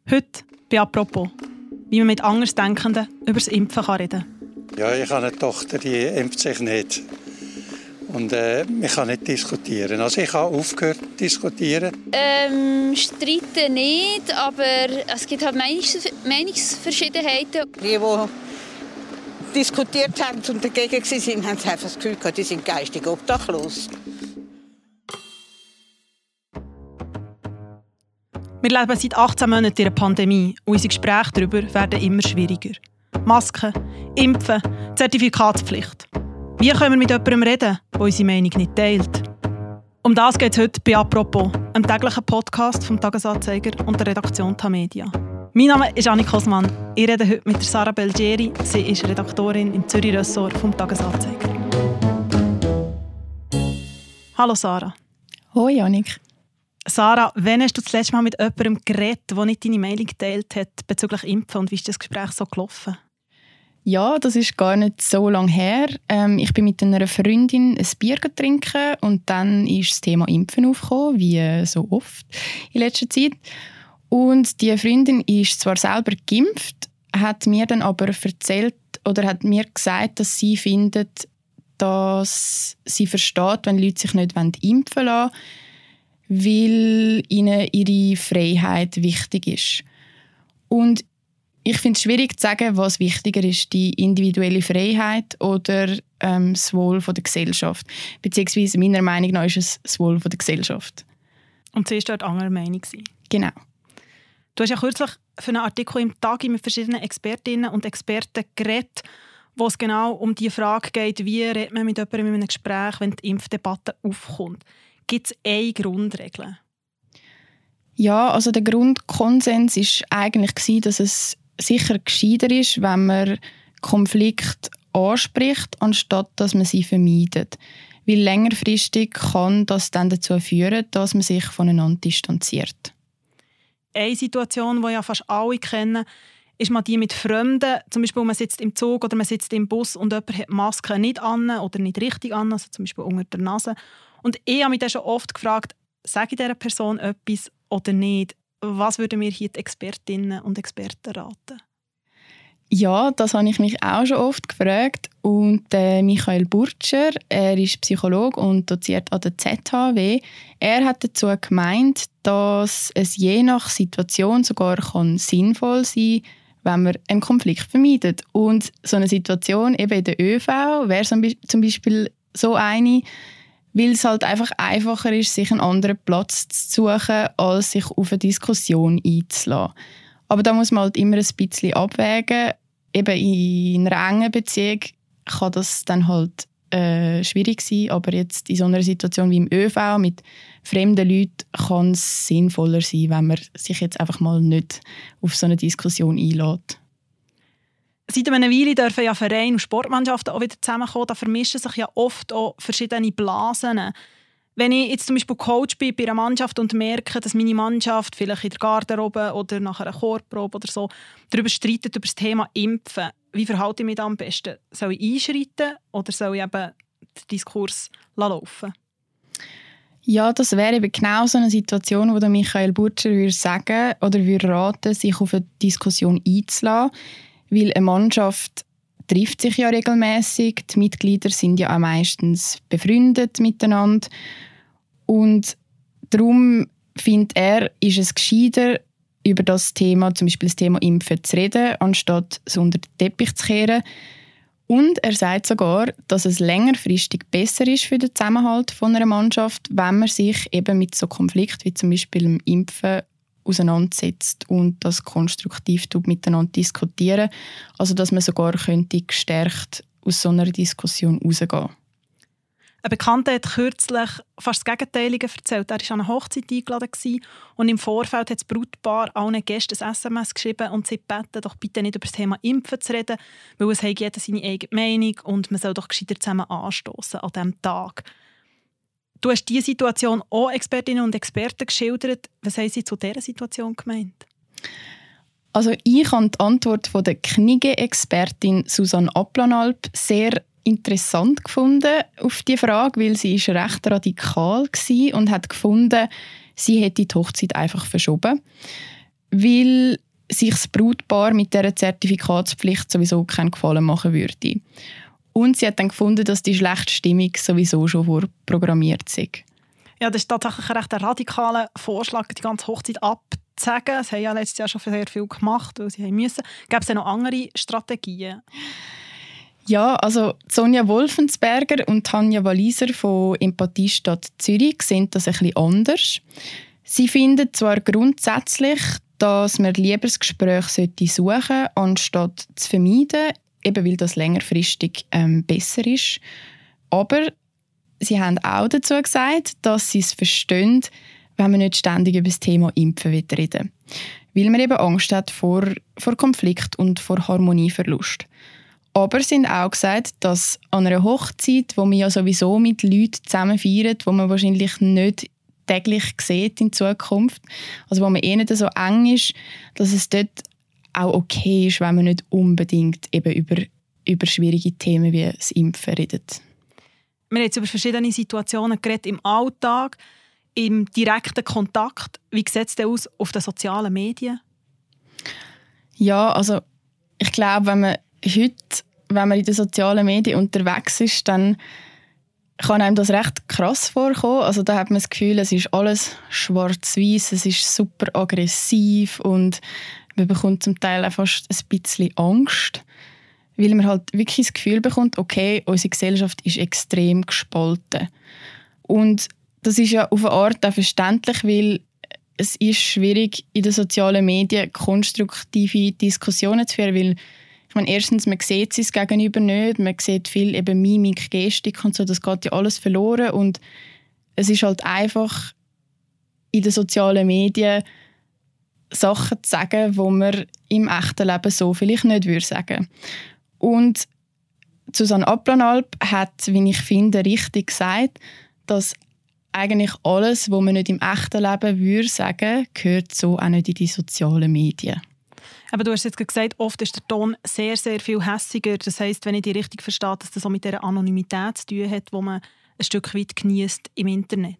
Heute bei «Apropos», wie man mit Andersdenkenden über das Impfen reden kann. Ja, ich habe eine Tochter, die impft sich nicht. Und man kann nicht diskutieren. Also ich habe aufgehört zu diskutieren. Streiten nicht, aber es gibt halt Meinungsverschiedenheiten. Die diskutiert haben und dagegen waren, haben einfach das Gefühl gehabt, die sind geistig obdachlos. Wir leben seit 18 Monaten in einer Pandemie und unsere Gespräche darüber werden immer schwieriger. Masken, Impfen, Zertifikatspflicht. Wie können wir mit jemandem reden, der unsere Meinung nicht teilt? Um das geht es heute bei «Apropos», einem täglichen Podcast vom «Tagesanzeiger» und der Redaktion Tamedia. Mein Name ist Annik Hosmann. Ich rede heute mit Sarah Belgieri. Sie ist Redaktorin im Zürich-Ressort vom «Tagesanzeiger». Hallo Sarah. Hoi Annik. Sarah, wann hast du das letzte Mal mit jemandem geredet, der nicht deine Meinung geteilt hat bezüglich Impfen, und wie ist das Gespräch so gelaufen? Ja, das ist gar nicht so lange her. Ich bin mit einer Freundin ein Bier trinken und dann ist das Thema Impfen aufgekommen, wie so oft in letzter Zeit. Und die Freundin ist zwar selber geimpft, hat mir dann aber erzählt oder hat mir gesagt, dass sie findet, dass sie versteht, wenn Leute sich nicht impfen lassen, weil ihnen ihre Freiheit wichtig ist. Und ich finde es schwierig zu sagen, was wichtiger ist, die individuelle Freiheit oder das Wohl der Gesellschaft. Beziehungsweise meiner Meinung nach ist es das Wohl der Gesellschaft. Und sie war dort anderer Meinung. Genau. Du hast ja kürzlich für einen Artikel im Tag mit verschiedenen Expertinnen und Experten geredet, wo es genau um die Frage geht, wie redet man mit jemandem in einem Gespräch, wenn die Impfdebatte aufkommt. Gibt es eine Grundregel? Ja, also der Grundkonsens war eigentlich, dass es sicher gescheiter ist, wenn man Konflikte anspricht, anstatt dass man sie vermeidet. Weil längerfristig kann das dann dazu führen, dass man sich voneinander distanziert. Eine Situation, die ja fast alle kennen, ist mal die mit Fremden. Zum Beispiel, man sitzt im Zug oder man sitzt im Bus und jemand hat die Maske nicht an oder nicht richtig an, also zum Beispiel unter der Nase. Und ich habe mich dann schon oft gefragt, sage ich dieser Person etwas oder nicht? Was würden mir hier die Expertinnen und Experten raten? Ja, das habe ich mich auch schon oft gefragt. Und Michael Burtscher, er ist Psychologe und doziert an der ZHW. Er hat dazu gemeint, dass es je nach Situation sogar sinnvoll sein kann, wenn man einen Konflikt vermeidet. Und so eine Situation eben in der ÖV wäre zum Beispiel so eine, weil es halt einfach einfacher ist, sich einen anderen Platz zu suchen, als sich auf eine Diskussion einzulassen. Aber da muss man halt immer ein bisschen abwägen. Eben in einer engen Beziehung kann das dann halt schwierig sein, aber jetzt in so einer Situation wie im ÖV mit fremden Leuten kann es sinnvoller sein, wenn man sich jetzt einfach mal nicht auf so eine Diskussion einlässt. Seit einer Weile dürfen ja Vereine und Sportmannschaften auch wieder zusammenkommen. Da vermischen sich ja oft auch verschiedene Blasen. Wenn ich jetzt zum Beispiel Coach bin bei einer Mannschaft und merke, dass meine Mannschaft vielleicht in der Garderobe oder nach einer Chorprobe oder so darüber streitet, über das Thema Impfen, wie verhalte ich mich da am besten? Soll ich einschreiten oder soll ich eben den Diskurs laufen? Ja, das wäre eben genau so eine Situation, wo der Michael Burtscher würde sagen oder würde raten, sich auf eine Diskussion einzulassen. Weil eine Mannschaft trifft sich ja regelmäßig, die Mitglieder sind ja auch meistens befreundet miteinander. Und darum findet er, ist es gescheiter, über das Thema, zum Beispiel das Thema Impfen, zu reden, anstatt es unter den Teppich zu kehren. Und er sagt sogar, dass es längerfristig besser ist für den Zusammenhalt von einer Mannschaft, wenn man sich eben mit so Konflikten wie zum Beispiel dem Impfen auseinandersetzt und das konstruktiv miteinander diskutieren. Also dass man sogar könnte gestärkt aus so einer Diskussion rausgehen. Ein Bekannter hat kürzlich fast das Gegenteilige erzählt. Er war an einer Hochzeit eingeladen und im Vorfeld hat das Brautpaar allen Gästen ein SMS geschrieben und sie gebeten, doch bitte nicht über das Thema Impfen zu reden, weil es hat jeder seine eigene Meinung und man soll doch gescheiter zusammen anstoßen an diesem Tag. Du hast diese Situation auch Expertinnen und Experten geschildert. Was haben sie zu dieser Situation gemeint? Also ich habe die Antwort von der Knigge-Expertin Susanne Applanalp sehr interessant gefunden auf die Frage, weil sie ist recht radikal war und hat gefunden, sie hätte die Hochzeit einfach verschoben. Weil sich das Brautpaar mit dieser Zertifikatspflicht sowieso keinen Gefallen machen würde. Und sie hat dann gefunden, dass die schlechte Stimmung sowieso schon vorprogrammiert sei. Ja, das ist tatsächlich ein recht radikaler Vorschlag, die ganze Hochzeit abzusagen. Sie haben ja letztes Jahr schon sehr viel gemacht, weil sie mussten. Gäbe es noch andere Strategien? Ja, also Sonja Wolfensberger und Tanja Walliser von Empathiestadt Zürich sehen das ein bisschen anders. Sie finden zwar grundsätzlich, dass man lieber das Gespräch suchen sollte, anstatt zu vermeiden, eben weil das längerfristig besser ist. Aber sie haben auch dazu gesagt, dass sie es verstehen, wenn man nicht ständig über das Thema Impfen reden will. Weil man eben Angst hat vor Konflikt und vor Harmonieverlust. Aber sie haben auch gesagt, dass an einer Hochzeit, wo man ja sowieso mit Leuten zusammen feiert, wo man wahrscheinlich nicht täglich sieht in Zukunft, also wo man eh nicht so eng ist, dass es dort auch okay ist, wenn man nicht unbedingt eben über schwierige Themen wie das Impfen redet. Wir haben jetzt über verschiedene Situationen geredet im Alltag, im direkten Kontakt. Wie sieht es denn aus auf den sozialen Medien? Ja, also ich glaube, wenn man in den sozialen Medien unterwegs ist, dann kann einem das recht krass vorkommen. Also da hat man das Gefühl, es ist alles schwarz-weiß, es ist super aggressiv und man bekommt zum Teil auch fast ein bisschen Angst, weil man halt wirklich das Gefühl bekommt, okay, unsere Gesellschaft ist extrem gespalten. Und das ist ja auf eine Art auch verständlich, weil es ist schwierig, in den sozialen Medien konstruktive Diskussionen zu führen, weil ich meine, erstens, man sieht sein Gegenüber nicht, man sieht viel eben Mimik, Gestik und so, das geht ja alles verloren und es ist halt einfach in den sozialen Medien Sachen zu sagen, die man im echten Leben so vielleicht nicht sagen würde. Und Susanne Applanalp hat, wie ich finde, richtig gesagt, dass eigentlich alles, was man nicht im echten Leben würde sagen, gehört so auch nicht in die sozialen Medien. Aber du hast jetzt gesagt, oft ist der Ton sehr, sehr viel hässiger. Das heisst, wenn ich dich richtig verstehe, dass das auch mit dieser Anonymität zu tun hat, die man ein Stück weit geniesst im Internet.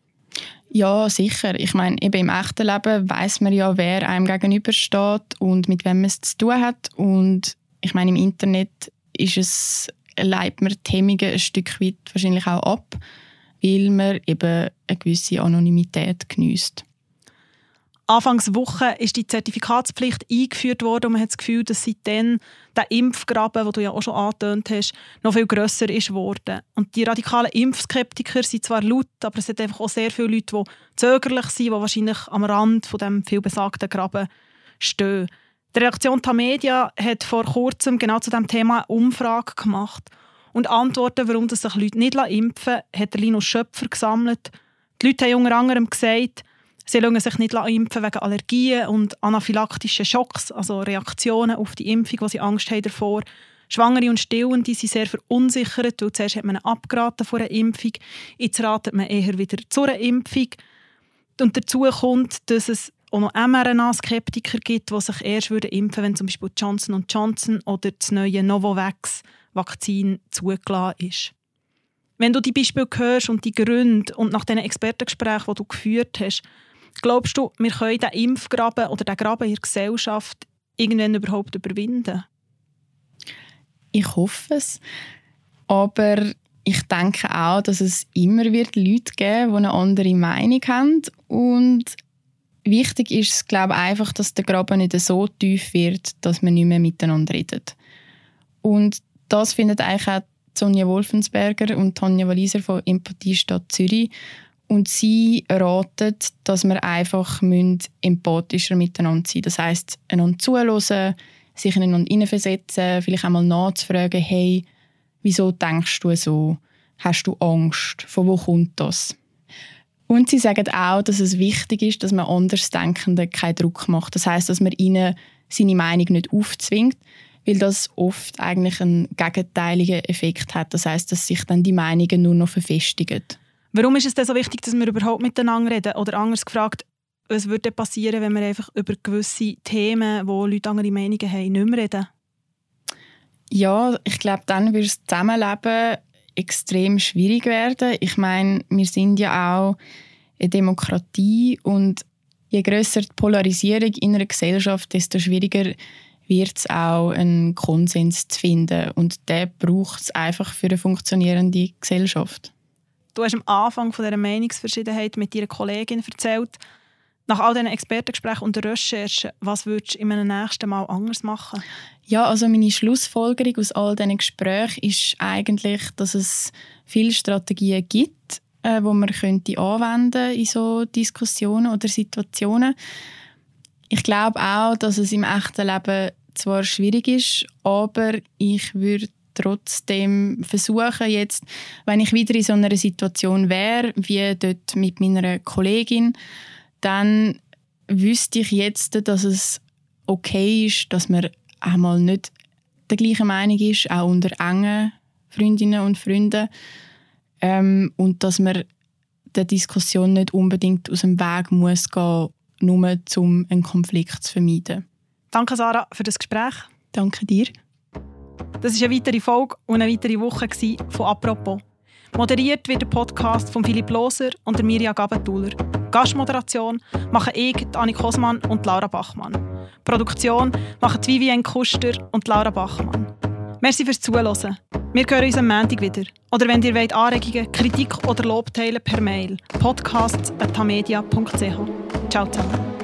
Ja, sicher. Ich meine, eben im echten Leben weiss man ja, wer einem gegenübersteht und mit wem man es zu tun hat. Und ich meine, im Internet leitet man die Hemmungen ein Stück weit wahrscheinlich auch ab, weil man eben eine gewisse Anonymität geniesst. Anfangswoche ist die Zertifikatspflicht eingeführt worden und man hat das Gefühl, dass seitdem der Impfgraben, den du ja auch schon angetönt hast, noch viel grösser ist worden. Und die radikalen Impfskeptiker sind zwar laut, aber es sind einfach auch sehr viele Leute, die zögerlich sind, die wahrscheinlich am Rand von dem vielbesagten Graben stehen. Die Redaktion Tamedia hat vor kurzem genau zu diesem Thema eine Umfrage gemacht. Und Antworten, warum sich Leute nicht impfen lassen, hat Linus Schöpfer gesammelt. Die Leute haben unter anderem gesagt, sie lassen sich nicht impfen wegen Allergien und anaphylaktischen Schocks, also Reaktionen auf die Impfung, wo sie Angst haben davor. Schwangere und Stillende sind sehr verunsichert, weil zuerst hat man abgeraten vor einer Impfung, jetzt ratet man eher wieder zu einer Impfung. Und dazu kommt, dass es auch noch mRNA-Skeptiker gibt, die sich erst impfen würden, wenn zum Beispiel Johnson & Johnson oder das neue Novavax-Vakzin zugelassen ist. Wenn du die Beispiele hörst und die Gründe und nach diesen Expertengesprächen, die du geführt hast, glaubst du, wir können den Impfgraben oder den Graben in der Gesellschaft irgendwann überhaupt überwinden? Ich hoffe es. Aber ich denke auch, dass es immer wird Leute geben, die eine andere Meinung haben. Und wichtig ist es, glaube ich, einfach, dass der Graben nicht so tief wird, dass man nicht mehr miteinander redet. Und das findet eigentlich auch Sonja Wolfensberger und Tanja Walliser von Empathiestadt Zürich. Und sie raten, dass wir einfach empathischer miteinander sein müssen. Das heisst, einander zuhören, sich ineinander hineinversetzen, vielleicht einmal nachzufragen, hey, wieso denkst du so? Hast du Angst? Von wo kommt das? Und sie sagen auch, dass es wichtig ist, dass man Andersdenkenden keinen Druck macht. Das heisst, dass man ihnen seine Meinung nicht aufzwingt, weil das oft eigentlich einen gegenteiligen Effekt hat. Das heisst, dass sich dann die Meinungen nur noch verfestigen. Warum ist es denn so wichtig, dass wir überhaupt miteinander reden? Oder anders gefragt, was würde passieren, wenn wir einfach über gewisse Themen, wo Leute andere Meinungen haben, nicht mehr reden? Ja, ich glaube, dann wird das Zusammenleben extrem schwierig werden. Ich meine, wir sind ja auch eine Demokratie und je grösser die Polarisierung in einer Gesellschaft, desto schwieriger wird es auch, einen Konsens zu finden. Und den braucht es einfach für eine funktionierende Gesellschaft. Du hast am Anfang von dieser Meinungsverschiedenheit mit deiner Kollegin erzählt. Nach all diesen Expertengesprächen und Recherchen, was würdest du in einem nächsten Mal anders machen? Ja, also meine Schlussfolgerung aus all diesen Gesprächen ist eigentlich, dass es viele Strategien gibt, die man anwenden in so Diskussionen oder Situationen. Ich glaube auch, dass es im echten Leben zwar schwierig ist, aber ich würde trotzdem versuchen, jetzt, wenn ich wieder in so einer Situation wäre, wie dort mit meiner Kollegin, dann wüsste ich jetzt, dass es okay ist, dass man einmal nicht der gleichen Meinung ist, auch unter engen Freundinnen und Freunden. Und dass man der Diskussion nicht unbedingt aus dem Weg muss gehen, nur um einen Konflikt zu vermeiden. Danke, Sarah, für das Gespräch. Danke dir. Das war eine weitere Folge und eine weitere Woche von «Apropos». Moderiert wird der Podcast von Philipp Loser und der Mirja Gabatuller. Gastmoderation machen ich, Annik Hosmann und Laura Bachmann. Produktion machen Vivienne Kuster und Laura Bachmann. Merci fürs Zuhören. Wir hören uns am Montag wieder. Oder wenn ihr wollt, Anregungen, Kritik oder Lob teilen per Mail. podcasts@tamedia.ch. Ciao zusammen.